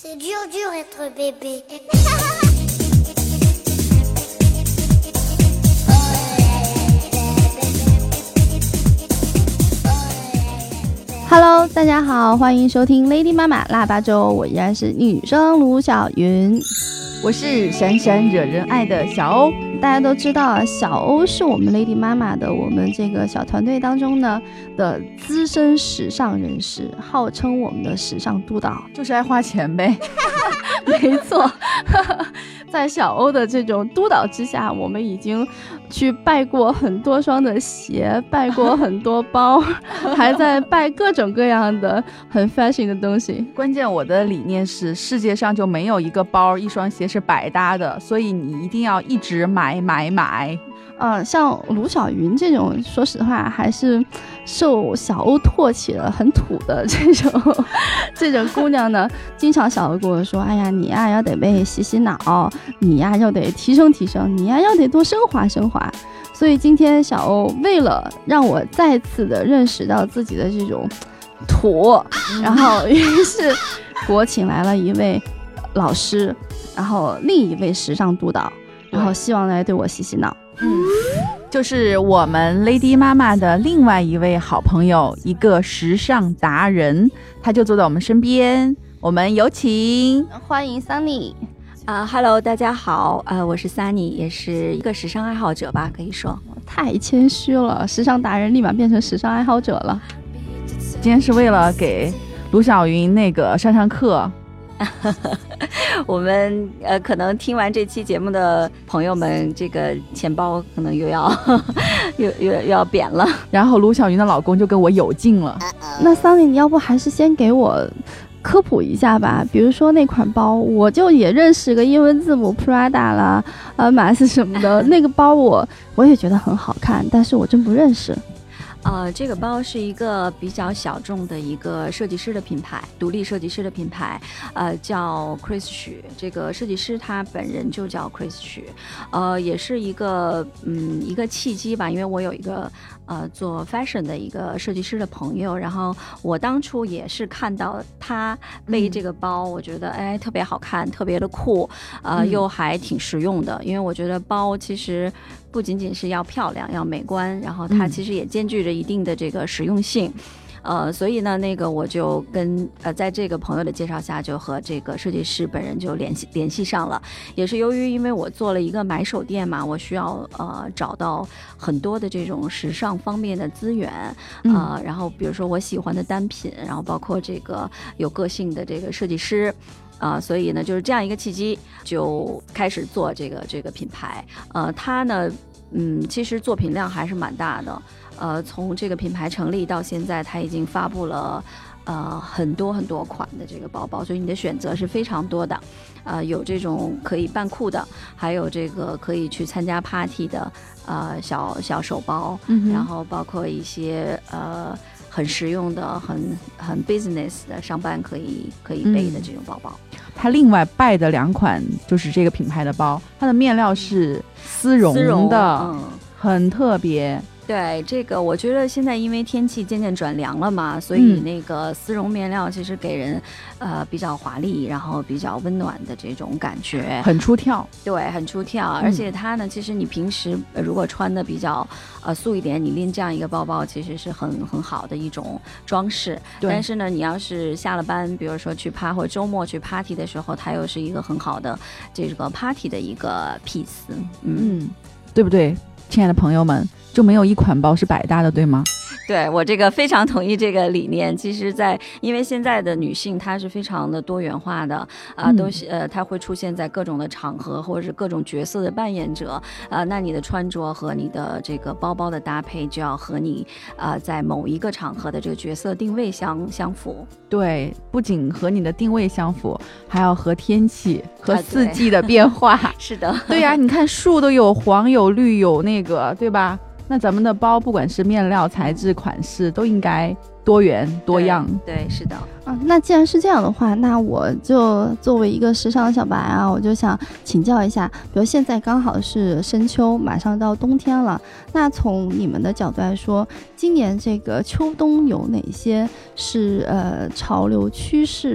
C'est dur dur être bébé. Hello， 大家好，欢迎收听 Lady 妈妈腊八粥，我依然是女生卢小云， 我是闪闪惹人爱的小欧。 大家都知道，小欧是我们 Lady 妈妈的我们这个小团队当中呢的资深时尚人士，号称我们的时尚督导， 就是爱花钱呗。 没错。在小欧的这种督导之下，我们已经去拜过很多双的鞋，拜过很多包，还在拜各种各样的很 fashion 的东西。 关键我的理念是，世界上就没有一个包一双鞋是百搭的，所以你一定要一直买。 像卢小云这种，说实话还是受小欧唾弃了，很土的这种姑娘呢，经常小欧跟我说，哎呀，你呀要得被洗洗脑，你呀要得提升提升，你呀要得多升华升华。所以今天小欧为了让我再次的认识到自己的这种土，然后于是给我请来了一位老师，然后另一位时尚督导，然后希望来对我洗洗脑。 就是我们 Lady 妈妈的另外一位好朋友，一个时尚达人，他就坐在我们身边，我们有请欢迎 Sunny。 Hello， 大家好，我是 Sunny， 也是一个时尚爱好者吧，可以说。 太谦虚了，时尚达人立马变成时尚爱好者了。 今天是为了给卢小云那个上课。 我们可能听完这期节目的朋友们，这个钱包可能又要扁了。 然后卢小云的老公就跟我有劲了。 那桑尼，你要不还是先给我科普一下吧？比如说那款包，我就也认识个英文字母 Prada 啦、马斯什么的，那个包我也觉得很好看，但是我真不认识。 这个包是一个比较小众的一个设计师的品牌，独立设计师的品牌，叫 Chris 许。这个设计师他本人就叫 Chris 许，也是一个契机吧，因为我有一个做 fashion 的一个设计师的朋友，然后我当初也是看到他背这个包，我觉得特别好看，特别的酷，又还挺实用的，因为我觉得包其实不仅仅是要漂亮要美观，然后它其实也兼具着一定的这个实用性。所以呢，我就跟在这个朋友的介绍下，就和这个设计师本人就联系上了。也是由于因为我做了一个买手店嘛，我需要找到很多的这种时尚方面的资源，然后比如说我喜欢的单品，然后包括这个有个性的这个设计师。所以呢，就是这样一个契机，就开始做这个品牌。它呢，其实作品量还是蛮大的。从这个品牌成立到现在，它已经发布了很多很多款的这个包包，所以你的选择是非常多的。有这种可以扮酷的，还有这个可以去参加 party 的小手包，然后包括一些很实用的、很 business 的上班可以背的这种包包。 它另外拜的2款就是这个品牌的包，它的面料是丝绒的，很特别。 对，这个我觉得现在因为天气渐渐转凉了嘛，所以那个丝绒面料其实给人比较华丽，然后比较温暖的这种感觉， 很出挑。对， 很出挑。而且它呢，其实你平时如果穿的比较素一点，你拎这样一个包包其实是很好的一种装饰。但是呢，你要是下了班，比如说去或者周末去 party 的时候，它又是一个很好的这个 party 的一个 piece。 对不对，亲爱的朋友们？就没有一款包是百搭的，对吗？ 对，我这个非常同意这个理念。其实因为现在的女性她是非常的多元化的她会出现在各种的场合或者是各种角色的扮演者那你的穿着和你的这个包包的搭配就要和你在某一个场合的这个角色定位相符。 对，不仅和你的定位相符，还要和天气和四季的变化。 是的， 对呀，你看树都有黄有绿有那个，对吧？那咱们的包不管是面料材质款式都应该多元多样。 对，是的。 那既然是这样的话，那我就作为一个时尚小白啊，我就想请教一下，比如现在刚好是深秋，马上到冬天了，那从你们的角度来说，今年这个秋冬有哪些是潮流趋势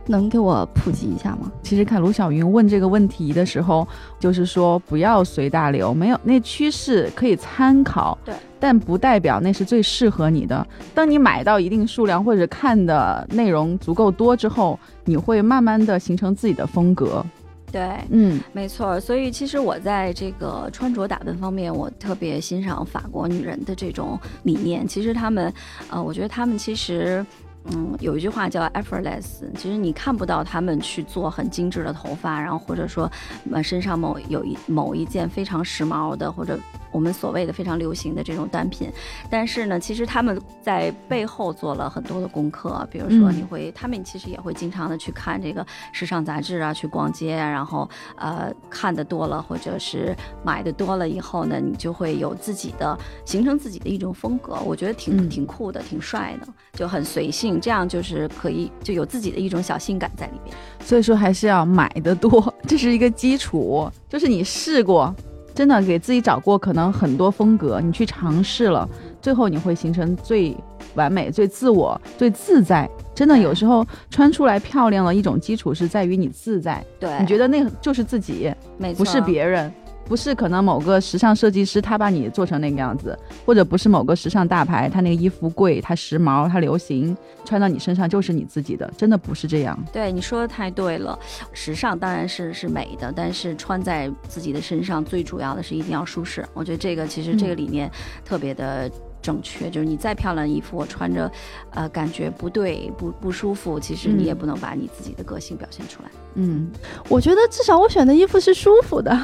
能给我普及一下吗？ 其实看卢晓云问这个问题的时候，就是说不要随大流，没有那趋势可以参考， 对， 但不代表那是最适合你的。当你买到一定数量或者看的内容足够多之后，你会慢慢的形成自己的风格。 对，没错。所以其实我在这个穿着打扮方面，我特别欣赏法国女人的这种理念。其实她们，我觉得她们其实。有一句话叫 effortless， 其实你看不到他们去做很精致的头发，然后或者说身上某一件非常时髦的，或者我们所谓的非常流行的这种单品，但是呢，其实他们在背后做了很多的功课。比如说他们其实也会经常的去看这个时尚杂志啊，去逛街啊，然后看的多了或者是买的多了以后呢，你就会有形成自己的一种风格。我觉得挺酷的，挺帅的，就很随性。这样就是可以就有自己的一种小性感在里边。 所以说还是要买的多，这是一个基础，就是你试过，真的给自己找过可能很多风格，你去尝试了，最后你会形成最完美、最自我、最自在。真的有时候穿出来漂亮的一种基础是在于你自在， 对， 你觉得那就是自己， 没错， 不是别人，不是可能某个时尚设计师他把你做成那个样子，或者不是某个时尚大牌他那个衣服贵，他时髦，他流行，穿到你身上就是你自己的，真的不是这样。 对，你说的太对了，时尚当然是美的，但是穿在自己的身上最主要的是一定要舒适。我觉得这个其实这个理念特别的正确，就是你再漂亮的衣服我穿着感觉不对，不舒服，其实你也不能把你自己的个性表现出来。 我觉得至少我选的衣服是舒服的。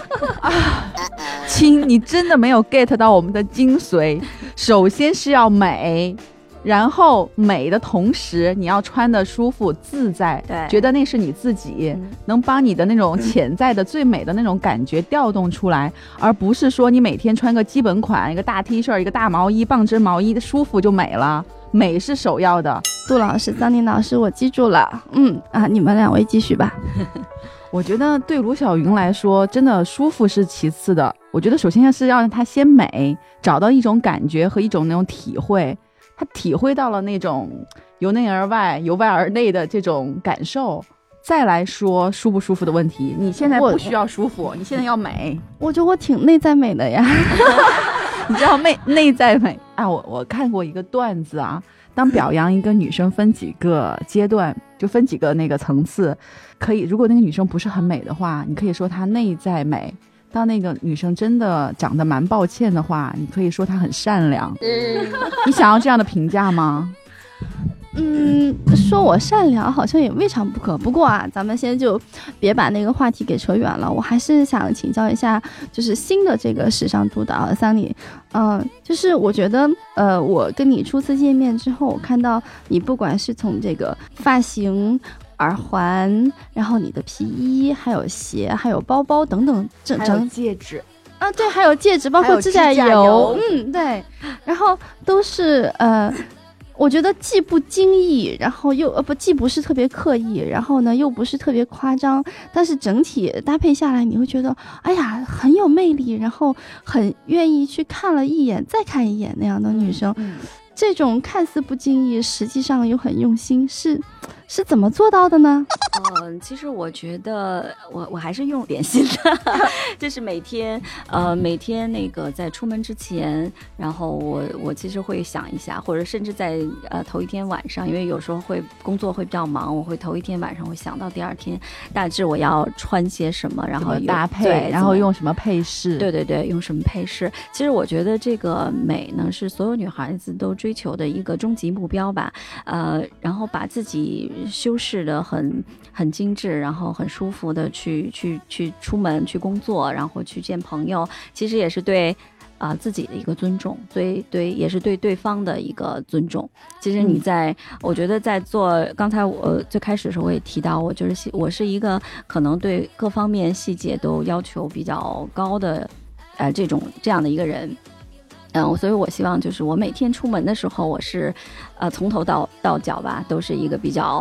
亲，你真的没有 get 到我们的精髓。首先是要美，然后美的同时你要穿的舒服自在， 对， 觉得那是你自己，能把你的那种潜在的最美的那种感觉调动出来，而不是说你每天穿个基本款，一个大 T 恤，一个大毛衣，棒针毛衣，舒服就美了，美是首要的。 杜老师、张宁老师，我记住了。你们两位继续吧。 我觉得对卢晓云来说，真的舒服是其次的。我觉得首先是要让她先美，找到一种感觉和一种那种体会，她体会到了那种由内而外、由外而内的这种感受，再来说舒不舒服的问题。你现在不需要舒服，你现在要美。 我觉得我挺内在美的呀。 你知道内在美啊？我看过一个段子啊，当表扬一个女生分几个阶段，就分几个那个层次，可以，如果那个女生不是很美的话，你可以说她内在美；当那个女生真的长得蛮抱歉的话，你可以说她很善良。你想要这样的评价吗？ 说我善良好像也未尝不可。不过啊，咱们先就别把那个话题给扯远了。我还是想请教一下，就是新的这个时尚督导桑尼，就是我觉得，我跟你初次见面之后，我看到你不管是从这个发型、耳环，然后你的皮衣，还有鞋，还有包包等等， 还有戒指啊，对，还有戒指，包括指甲油，对，然后都是我觉得既不经意，然后又既不是特别刻意，然后呢又不是特别夸张，但是整体搭配下来，你会觉得哎呀很有魅力，然后很愿意去看了一眼再看一眼那样的女生。这种看似不经意，实际上又很用心，是怎么做到的呢？ 其实我觉得我还是用点心的，就是每天那个在出门之前，然后我其实会想一下，或者甚至在头一天晚上，因为有时候工作会比较忙，我会头一天晚上会想到第二天大致我要穿些什么，然后搭配，然后用什么配饰， 对，用什么配饰。其实我觉得这个美呢，是所有女孩子都追求的一个终极目标吧。然后把自己修饰的很精致，然后很舒服的去出门去工作，然后去见朋友，其实也是对自己的一个尊重，对，也是对对方的一个尊重。其实我觉得在做，刚才我最开始的时候我也提到，我是一个可能对各方面细节都要求比较高的这样的一个人。所以我希望就是我每天出门的时候，我是从头到脚吧，都是一个比较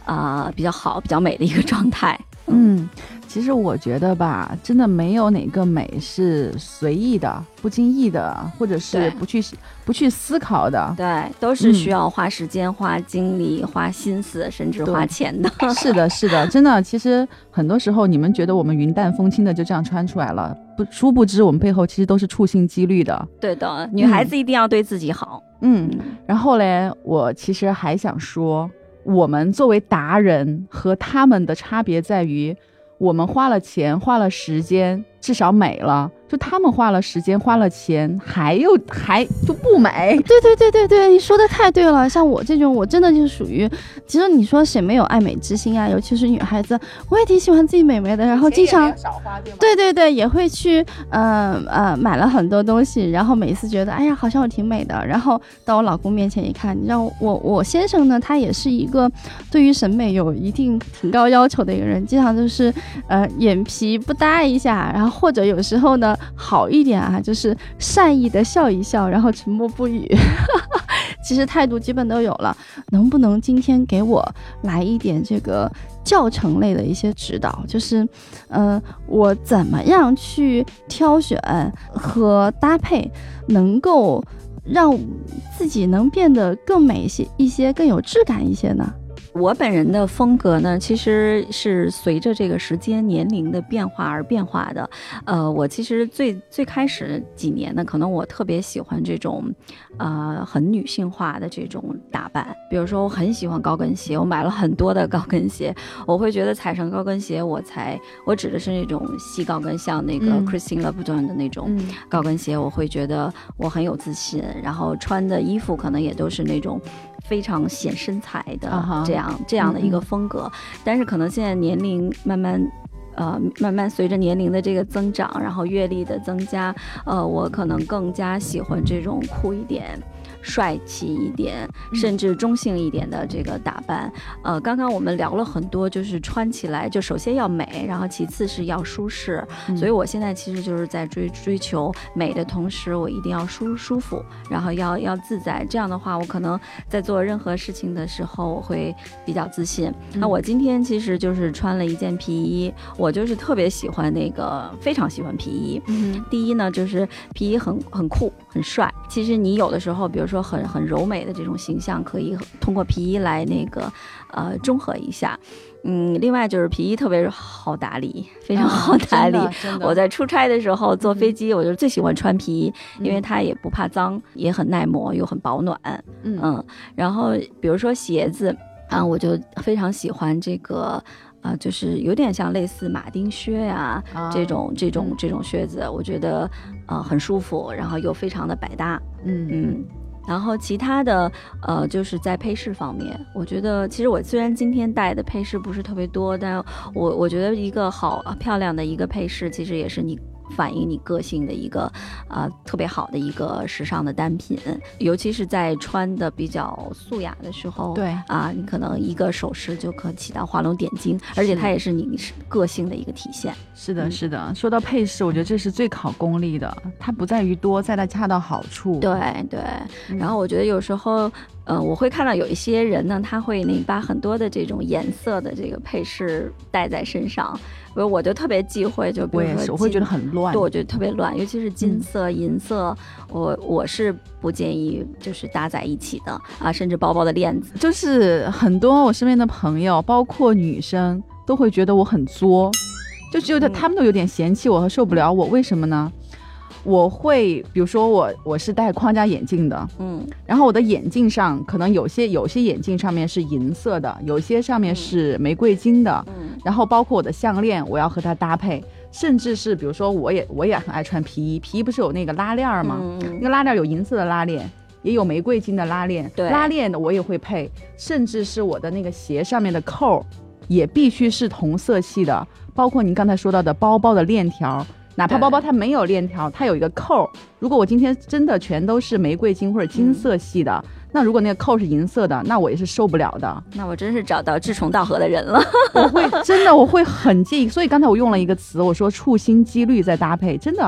比较好、比较美的一个状态。 其实我觉得吧，真的没有哪个美是随意的、不经意的，或者是不去思考的。 对，都是需要花时间、花精力、花心思，甚至花钱的。 是的，是的，真的。其实很多时候，你们觉得我们云淡风轻的就这样穿出来了，殊不知我们背后其实都是处心积虑的。 对的，女孩子一定要对自己好。 然后嘞，我其实还想说，我们作为达人和他们的差别在于，我们花了钱花了时间，至少美了，就他们花了时间花了钱还就不美。 对，你说的太对了。像我这种，我真的就属于，其实你说谁没有爱美之心啊，尤其是女孩子，我也挺喜欢自己美美的，然后经常对也会去买了很多东西，然后每一次觉得哎呀好像我挺美的，然后到我老公面前一看，你知道我先生呢，他也是一个对于审美有一定挺高要求的一个人，经常就是眼皮不搭一下，然后或者有时候呢好一点啊，就是善意的笑一笑，然后沉默不语其实态度基本都有了。能不能今天给我来一点这个教程类的一些指导，就是我怎么样去挑选和搭配，能够让自己能变得更美一些更有质感一些呢？ 我本人的风格呢，其实是随着这个时间年龄的变化而变化的。我其实最开始几年呢，可能我特别喜欢这种很女性化的这种打扮。比如说我很喜欢高跟鞋，我买了很多的高跟鞋，我会觉得踩上高跟鞋我指的是那种细高跟，像那个 Christine Louboutin 的那种高跟鞋，我会觉得我很有自信，然后穿的衣服可能也都是那种非常显身材的这样的一个风格。但是可能现在年龄慢慢随着年龄的这个增长，然后阅历的增加，我可能更加喜欢这种酷一点、帅气一点，甚至中性一点的这个打扮。刚刚我们聊了很多，就是穿起来就首先要美，然后其次是要舒适。所以我现在其实就是在追求美的同时，我一定要舒服，然后要自在。这样的话，我可能在做任何事情的时候，我会比较自信。那我今天其实就是穿了一件皮衣，我就是特别喜欢非常喜欢皮衣。第一呢，就是皮衣很酷很帅。其实你有的时候，比如说很柔美的这种形象，可以通过皮衣来中和一下。另外就是皮衣特别好打理，非常好打理。我在出差的时候坐飞机，我就最喜欢穿皮衣，因为它也不怕脏，也很耐磨，又很保暖。然后比如说鞋子啊，我就非常喜欢这个。就是有点像类似马丁靴呀，这种靴子，我觉得很舒服，然后又非常的百搭。然后其他的就是在配饰方面，我觉得其实我虽然今天戴的配饰不是特别多，但我觉得一个好漂亮的一个配饰，其实也是你反映你个性的一个特别好的一个时尚的单品。尤其是在穿的比较素雅的时候，对你可能一个首饰就可起到画龙点睛，而且它也是你个性的一个体现。 是的，是的。说到配饰，我觉得这是最考功力的，它不在于多，在它恰到好处。 对。然后我觉得有时候我会看到有一些人呢，他会把很多的这种颜色的这个配饰戴在身上，我就特别忌讳，就比如说我会觉得很乱。 对，我觉得特别乱，尤其是金色、银色，我是不建议就是搭在一起的甚至包包的链子， 就是很多我身边的朋友，包括女生，都会觉得我很作，就觉得他们都有点嫌弃我和受不了我。为什么呢？我会比如说我是戴框架眼镜的，然后我的眼镜上可能有些眼镜上面是银色的，有些上面是玫瑰金的，然后包括我的项链我要和它搭配，甚至是比如说我也很爱穿皮衣，皮衣不是有那个拉链吗？那个拉链有银色的拉链，也有玫瑰金的拉链，拉链的我也会配，甚至是我的那个鞋上面的扣也必须是同色系的，包括您刚才说到的包包的链条，哪怕包包它没有链条，它有一个扣，如果我今天真的全都是玫瑰金或者金色系的，那如果那个扣是银色的，那我也是受不了的。 那我真是找到志同道合的人了。 我会很介意，所以刚才我用了一个词，我说处心积虑在搭配，真的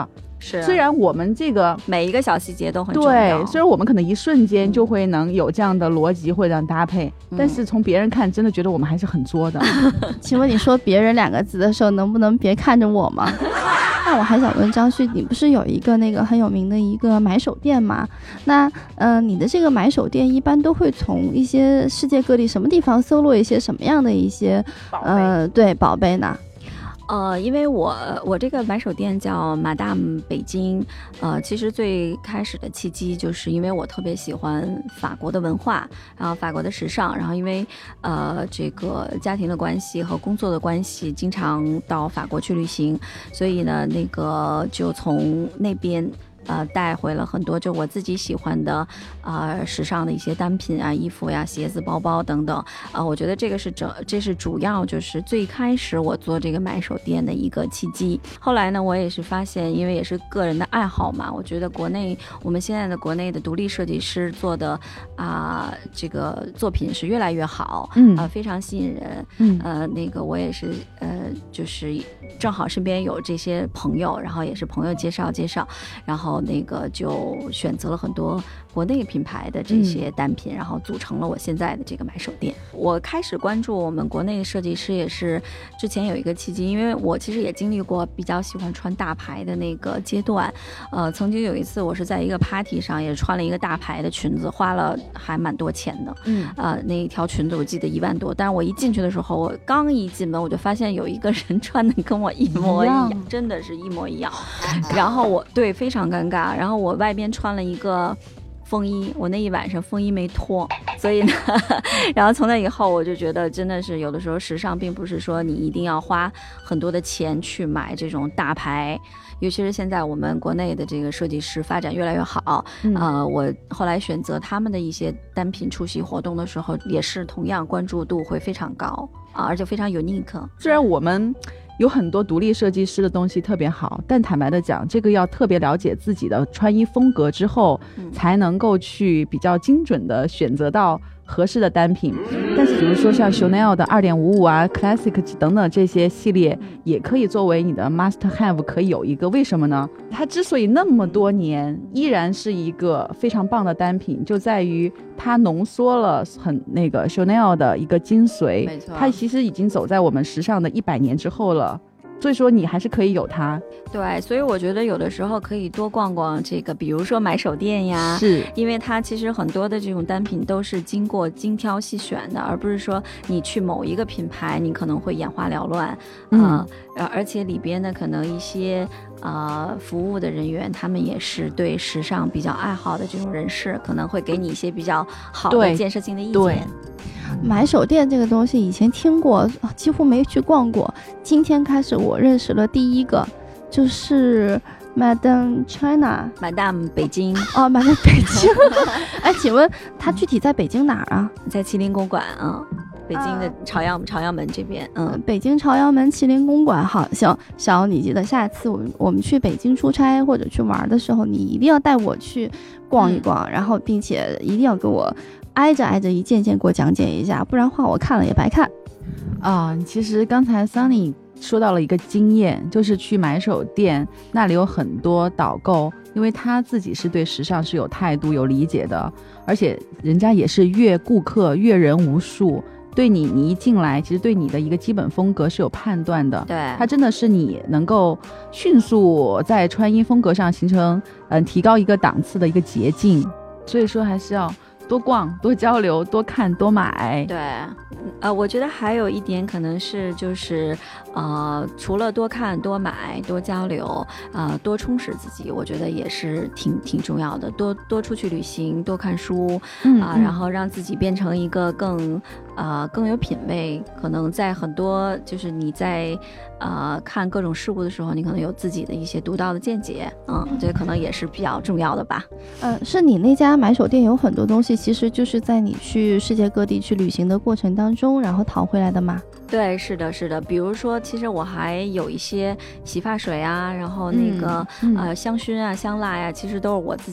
是， 虽然我们这个每一个小细节都很重要， 对，虽然我们可能一瞬间就会能有这样的逻辑或者这样搭配，但是从别人看真的觉得我们还是很作的。 请问你说别人2个字的时候能不能别看着我吗？那我还想问张旭，你不是有一个那个很有名的一个买手店吗？那你的这个买手店一般都会从一些世界各地什么地方搜罗一些什么样的一些宝贝呢？ 因为我这个买手店叫 Madame 北京，其实最开始的契机就是因为我特别喜欢法国的文化，然后法国的时尚，然后因为这个家庭的关系和工作的关系，经常到法国去旅行，所以呢，那个就从那边带回了很多就我自己喜欢的时尚的一些单品啊，衣服呀、鞋子、包包等等我觉得这是主要就是最开始我做这个买手店的一个契机。后来呢，我也是发现，因为也是个人的爱好嘛，我觉得我们现在的国内的独立设计师做的这个作品是越来越好，非常吸引人，那个我也是就是正好身边有这些朋友，然后也是朋友介绍，然后那个就选择了很多国内品牌的这些单品，然后组成了我现在的这个买手店。我开始关注我们国内的设计师也是之前有一个契机，因为我其实也经历过比较喜欢穿大牌的那个阶段，曾经有一次我是在一个 party 上也穿了一个大牌的裙子，花了还蛮多钱的，那一条裙子我记得1万多，但是我一进去的时候，我刚一进门我就发现有一个人穿的跟我一模一样，真的是一模一样，然后我对非常尴尬，然后我外边穿了一个风衣，我那一晚上风衣没脱，所以呢然后从那以后我就觉得真的是有的时候时尚并不是说你一定要花很多的钱去买这种大牌，尤其是现在我们国内的这个设计师发展越来越好，我后来选择他们的一些单品出席活动的时候，也是同样关注度会非常高而且非常 unique。 虽然我们有很多独立设计师的东西特别好，但坦白的讲，这个要特别了解自己的穿衣风格之后，才能够去比较精准的选择到合适的单品。但是比如说像 Chanel 的 2.55 啊 Classic 等等这些系列也可以作为你的 must have， 可以有一个。为什么呢？它之所以那么多年依然是一个非常棒的单品，就在于它浓缩了很那个 Chanel 的一个精髓， 没错， 它其实已经走在我们时尚的100年之后了，所以说你还是可以有它。 对，所以我觉得有的时候可以多逛逛这个，比如说买手店呀， 是因为它其实很多的这种单品都是经过精挑细选的，而不是说你去某一个品牌你可能会眼花缭乱，而且里边呢可能一些服务的人员他们也是对时尚比较爱好的这种人士，可能会给你一些比较好的建设性的意见。 买手店这个东西以前听过，几乎没去逛过。今天开始我认识了第一个，就是 Madame China。Madame 北京。 Madame 北京。哎，请问它具体在北京哪儿啊？ 在麒麟公馆北京的朝阳门这边。 北京朝阳门麒麟公馆。好，行，小你记得下次我们去北京出差或者去玩的时候，你一定要带我去逛一逛，然后并且一定要给我挨着一件件给我讲解一下，不然话我看了也白看。 其实刚才 Sunny 说到了一个经验，就是去买手店那里有很多导购，因为他自己是对时尚是有态度有理解的，而且人家也是阅顾客阅人无数，对你一进来其实对你的一个基本风格是有判断的。 对， 它真的是你能够迅速在穿衣风格上形成提高一个档次的一个捷径，所以说还是要多逛多交流多看多买。 对，我觉得还有一点可能是就是除了多看多买多交流多充实自己，我觉得也是挺重要的，多出去旅行多看书然后让自己变成一个更有品味，可能在很多就是你在看各种事物的时候，你可能有自己的一些独到的见解，这可能也是比较重要的吧。 是你那家买手店有很多东西其实就是在你去世界各地去旅行的过程当中然后淘回来的吗？ 对，是的，比如说其实我还有一些洗发水啊，然后那个香薰啊香蜡呀，其实都是我自己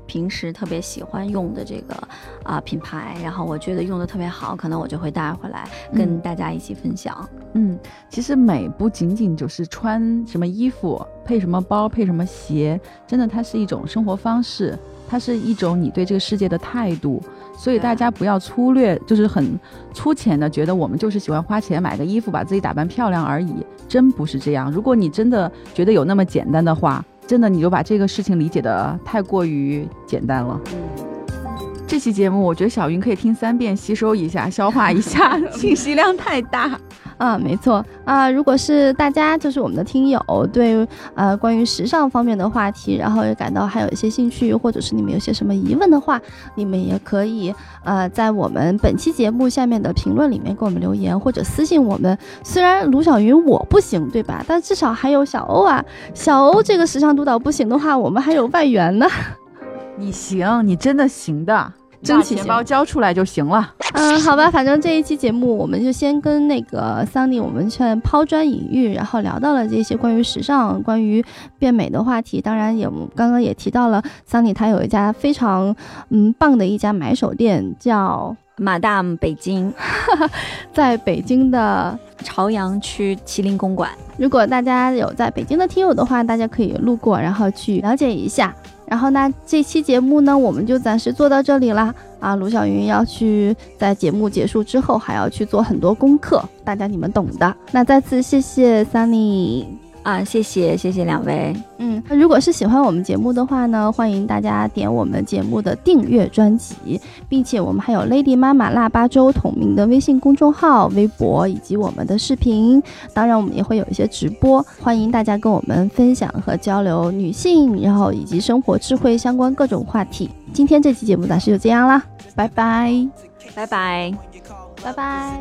平时特别喜欢用的这个品牌，然后我觉得用的特别好，可能我就会带回来跟大家一起分享。 其实美不仅仅就是穿什么衣服、配什么包、配什么鞋，真的它是一种生活方式，它是一种你对这个世界的态度。所以大家不要粗略，就是很粗浅的觉得我们就是喜欢花钱买个衣服把自己打扮漂亮而已，真不是这样。如果你真的觉得有那么简单的话，真的你就把这个事情理解的太过于简单了。这期节目我觉得小云可以听3遍，吸收一下，消化一下，信息量太大。 没错如果是大家就是我们的听友对关于时尚方面的话题，然后也感到还有一些兴趣，或者是你们有些什么疑问的话，你们也可以在我们本期节目下面的评论里面给我们留言，或者私信我们。虽然卢小云我不行对吧，但至少还有小欧啊，小欧这个时尚督导不行的话，我们还有外援呢。 你行，你真的行的， 真起把钱包交出来就行了。 好吧，反正这一期节目我们就先跟那个桑尼我们先抛砖引玉，然后聊到了这些关于时尚、关于变美的话题。当然也刚刚也提到了桑尼他有一家非常棒的一家买手店，叫 Madame 北京在北京的朝阳区麒麟公馆。 如果大家有在北京的听友的话，大家可以路过然后去了解一下。然后呢，这期节目呢我们就暂时做到这里啦。卢小云要去在节目结束之后还要去做很多功课，大家你们懂的。那再次谢谢 Sunny 谢谢两位。 如果是喜欢我们节目的话呢，欢迎大家点我们节目的订阅专辑，并且我们还有 Lady 妈妈腊八粥同名的微信公众号、微博以及我们的视频，当然我们也会有一些直播，欢迎大家跟我们分享和交流女性然后以及生活智慧相关各种话题。今天这期节目暂时就这样啦，拜拜拜拜拜拜。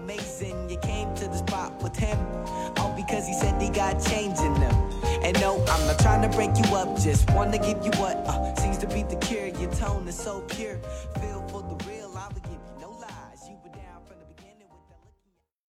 Because he said he got change in them. And no, I'm not trying to break you up, just wanna give you what seems to be the cure. Your tone is so pure, feel